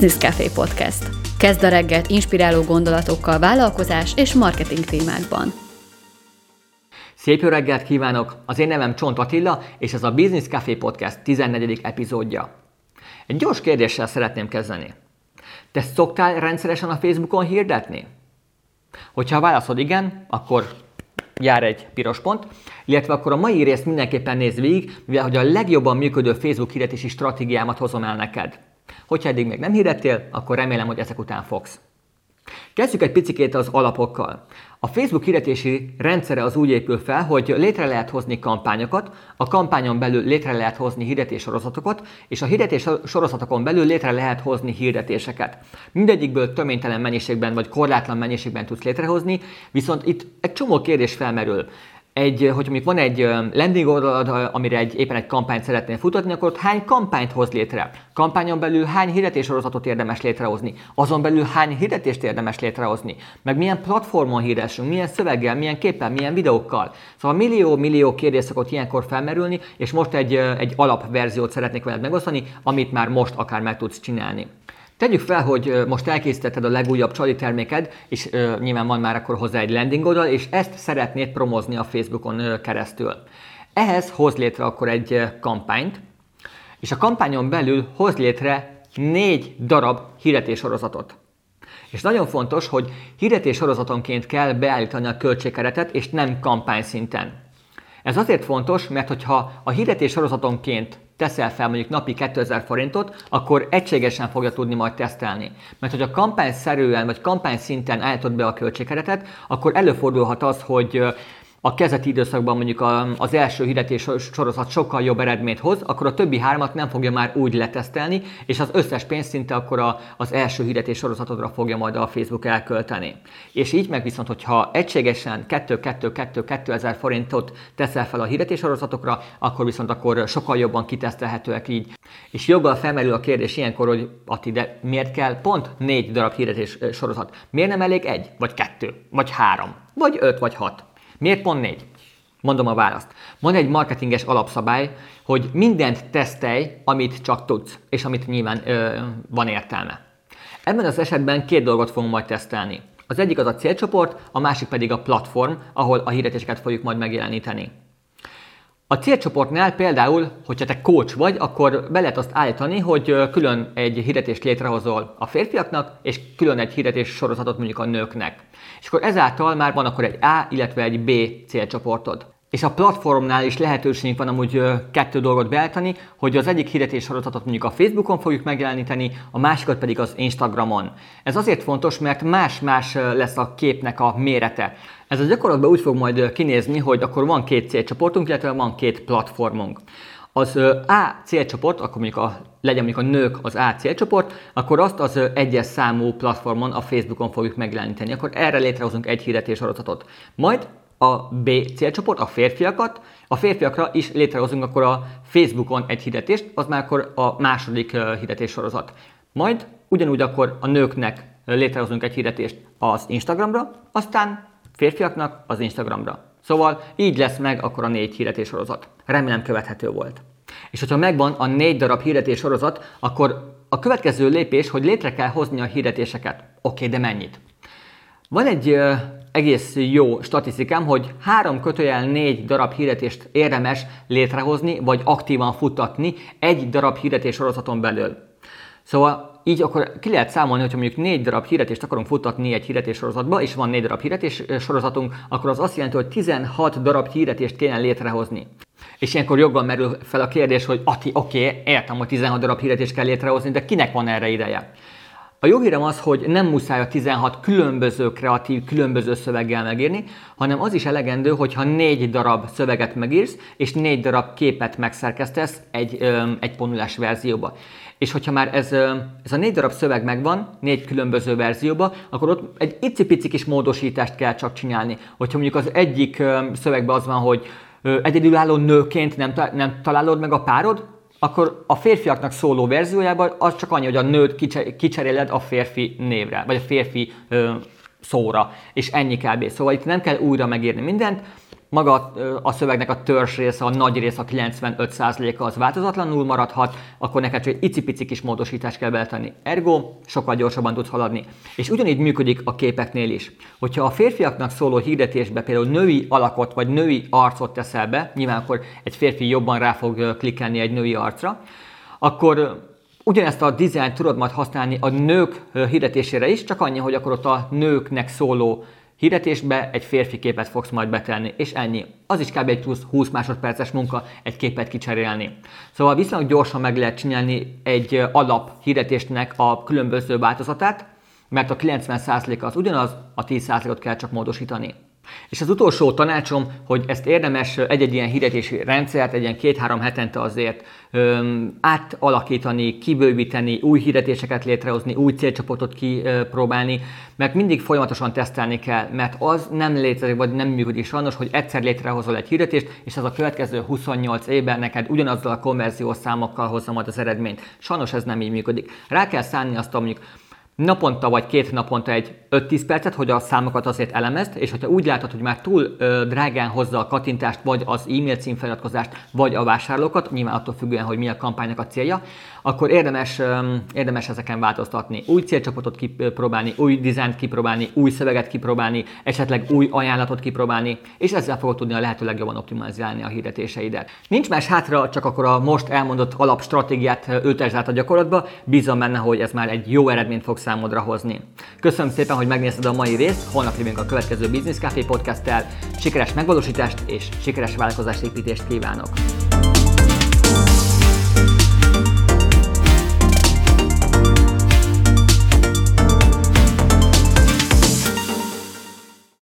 Business Café Podcast. Kezd a reggelt inspiráló gondolatokkal vállalkozás és marketing témákban. Szép jó reggelt kívánok! Az én nevem Csont Attila, és ez a Business Café Podcast 14. epizódja. Egy gyors kérdéssel szeretném kezdeni. Te szoktál rendszeresen a Facebookon hirdetni? Hogyha a válaszod igen, akkor jár egy piros pont, illetve akkor a mai részt mindenképpen nézd végig, mivel hogy a legjobban működő Facebook hirdetési stratégiámat hozom el neked. Hogyha eddig még nem hirdettél, akkor remélem, hogy ezek után fogsz. Kezdjük egy picikét az alapokkal. A Facebook hirdetési rendszere az úgy épül fel, hogy létre lehet hozni kampányokat, a kampányon belül létre lehet hozni hirdetéssorozatokat, és a hirdetéssorozatokon belül létre lehet hozni hirdetéseket. Mindegyikből töménytelen mennyiségben vagy korlátlan mennyiségben tudsz létrehozni, viszont itt egy csomó kérdés felmerül. Hogy mondjuk van egy landing oldalad, amire éppen egy kampányt szeretnél futatni, akkor ott hány kampányt hoz létre? Kampányon belül hány hirdetéssorozatot érdemes létrehozni? Azon belül hány hirdetést érdemes létrehozni? Meg milyen platformon hirdessünk? Milyen szöveggel, milyen képpel, milyen videókkal? Szóval millió kérdés szokott ilyenkor felmerülni, és most egy alapverziót szeretnék veled megosztani, amit már most akár meg tudsz csinálni. Tegyük fel, hogy most elkészítetted a legújabb csali terméked, és nyilván van már akkor hozzá egy landing oldal, és ezt szeretnéd promozni a Facebookon keresztül. Ehhez hoz létre akkor egy kampányt, és a kampányon belül hoz létre 4 darab hirdetéssorozatot. És nagyon fontos, hogy hirdetéssorozatonként kell beállítani a költségkeretet, és nem kampányszinten. Ez azért fontos, mert hogyha a hirdetéssorozatonként teszel fel mondjuk napi 2000 forintot, akkor egységesen fogja tudni majd tesztelni. Mert hogy a kampányszerűen vagy kampányszinten állítod be a költségkeretet, akkor előfordulhat az, hogy a kezdeti időszakban mondjuk az első hirdetés sorozat sokkal jobb eredményt hoz, akkor a többi 3-at nem fogja már úgy letesztelni, és az összes pénzt szinte akkor az első hirdetés sorozatodra fogja majd a Facebook elkölteni. És így meg viszont, hogyha egységesen 2000 forintot teszel fel a hirdetés sorozatokra, akkor viszont akkor sokkal jobban kitesztelhetőek így. És joggal felmerül a kérdés ilyenkor, hogy Atti, de miért kell pont 4 darab hirdetés sorozat? Miért nem elég 1, vagy 2, vagy 3, vagy 5, vagy 6? Miért pont 4? Mondom a választ. Van egy marketinges alapszabály, hogy mindent tesztelj, amit csak tudsz, és amit nyilván van értelme. Ebben az esetben 2 dolgot fogunk majd tesztelni. Az egyik az a célcsoport, a másik pedig a platform, ahol a hirdetéseket fogjuk majd megjeleníteni. A célcsoportnál például, hogyha te coach vagy, akkor be lehet azt állítani, hogy külön egy hirdetést létrehozol a férfiaknak, és külön egy hirdetés sorozatot mondjuk a nőknek. És akkor ezáltal már van akkor egy A, illetve egy B célcsoportod. És a platformnál is lehetőségünk van amúgy 2 dolgot beállítani, hogy az egyik hirdetés sorozatot mondjuk a Facebookon fogjuk megjeleníteni, a másikat pedig az Instagramon. Ez azért fontos, mert más-más lesz a képnek a mérete. Ez a gyakorlatban úgy fog majd kinézni, hogy akkor van 2 célcsoportunk, illetve van 2 platformunk. Az A célcsoport, akkor legyen mondjuk a nők az A célcsoport, akkor azt az 1-es számú platformon, a Facebookon fogjuk megjeleníteni. Akkor erre létrehozunk egy hirdetés sorozatot. Majd a B célcsoport, a férfiakra is létrehozunk akkor a Facebookon egy hirdetést, az már akkor a második hirdetés sorozat. Majd ugyanúgy akkor a nőknek létrehozunk egy hirdetést az Instagramra, aztán férfiaknak az Instagramra. Szóval így lesz meg akkor a 4 hirdetés sorozat. Remélem követhető volt. És hogyha megvan a 4 darab hirdetés sorozat, akkor a következő lépés, hogy létre kell hozni a hirdetéseket. Oké, de mennyit? Van egy egész jó statisztikám, hogy 3-4 darab hirdetést érdemes létrehozni, vagy aktívan futtatni egy darab hirdetés sorozaton belül. Szóval így akkor ki lehet számolni, hogyha mondjuk 4 darab hirdetést akarunk futtatni egy hirdetés sorozatba, és van 4 darab hirdetés sorozatunk, akkor az azt jelenti, hogy 16 darab hirdetést kéne létrehozni. És ilyenkor joggal merül fel a kérdés, hogy Ati, oké, értem, hogy 16 darab hirdetést kell létrehozni, de kinek van erre ideje? A jó hírem az, hogy nem muszáj a 16 különböző kreatív, különböző szöveggel megírni, hanem az is elegendő, hogyha 4 darab szöveget megírsz, és 4 darab képet megszerkesztesz egy ponulás verzióba. És hogyha már ez a 4 darab szöveg megvan, 4 különböző verzióba, akkor ott egy icipici kis módosítást kell csak csinálni. Hogyha mondjuk az egyik szövegben az van, hogy egyedülálló nőként nem találod meg a párod, akkor a férfiaknak szóló verziójában az csak annyi, hogy a nőt kicseréled a férfi névre, vagy a férfi szóra, és ennyi kb. Szóval itt nem kell újra megírni mindent, maga a szövegnek a törzs része, a nagy része, a 95%-a az változatlanul maradhat, akkor neked csak egy icipici kis módosítást kell beletenni. Ergo sokkal gyorsabban tudsz haladni. És ugyanígy működik a képeknél is. Hogyha a férfiaknak szóló hirdetésbe például női alakot vagy női arcot teszel be, nyilván akkor egy férfi jobban rá fog klikkelni egy női arcra, akkor ugyanezt a dizájnt tudod majd használni a nők hirdetésére is, csak annyi, hogy akkor ott a nőknek szóló hirdetésbe egy férfi képet fogsz majd betenni, és ennyi. Az is kb. Egy plusz 20 másodperces munka egy képet kicserélni. Szóval viszonylag gyorsan meg lehet csinálni egy alap hirdetésnek a különböző változatát, mert a 90% az ugyanaz, a 10%-ot kell csak módosítani. És az utolsó tanácsom, hogy ezt érdemes egy-egy ilyen hirdetési rendszert, egy ilyen 2-3 hetente azért átalakítani, kibővíteni, új hirdetéseket létrehozni, új célcsoportot kipróbálni, mert mindig folyamatosan tesztelni kell, mert az nem létezik, vagy nem működik sajnos, hogy egyszer létrehozol egy hirdetést, és az a következő 28 évben neked ugyanazzal a konverziós számokkal hozza majd az eredményt. Sajnos ez nem így működik. Rá kell szánni azt, mondjuk naponta vagy 2 naponta egy 5-10 percet, hogy a számokat azért elemezd, és hogyha úgy látod, hogy már túl drágán hozza a kattintást, vagy az e-mail címfeliratkozást, vagy a vásárlókat, nyilván attól függően, hogy mi a kampánynak a célja, akkor érdemes ezeken változtatni. Új célcsoportot kipróbálni, új dizájnt kipróbálni, új szöveget kipróbálni, esetleg új ajánlatot kipróbálni, és ezzel fogod tudni a lehető legjobban optimalizálni a hirdetéseidet. Nincs más hátra, csak akkor a most elmondott alapstratégiát ültesd át a gyakorlatba, bízom benne, hogy ez már egy jó eredményt fog számodra hozni. Köszönöm szépen, hogy megnézted a mai részt, holnap jövünk a következő Business Café podcasttel, sikeres megvalósítást és sikeres vállalkozásépítést kívánok!